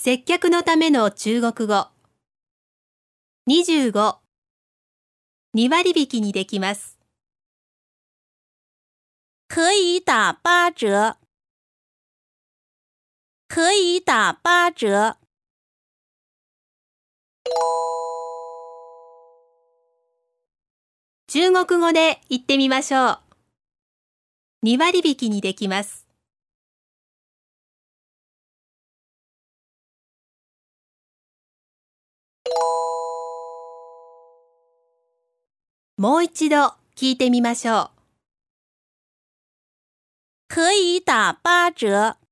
接客のための中国語。25、2割引きにできます。 可以打8折。可以打8折。 中国語で言ってみましょう。2割引きにできます。もう一度聞いてみましょう。 可以打8折。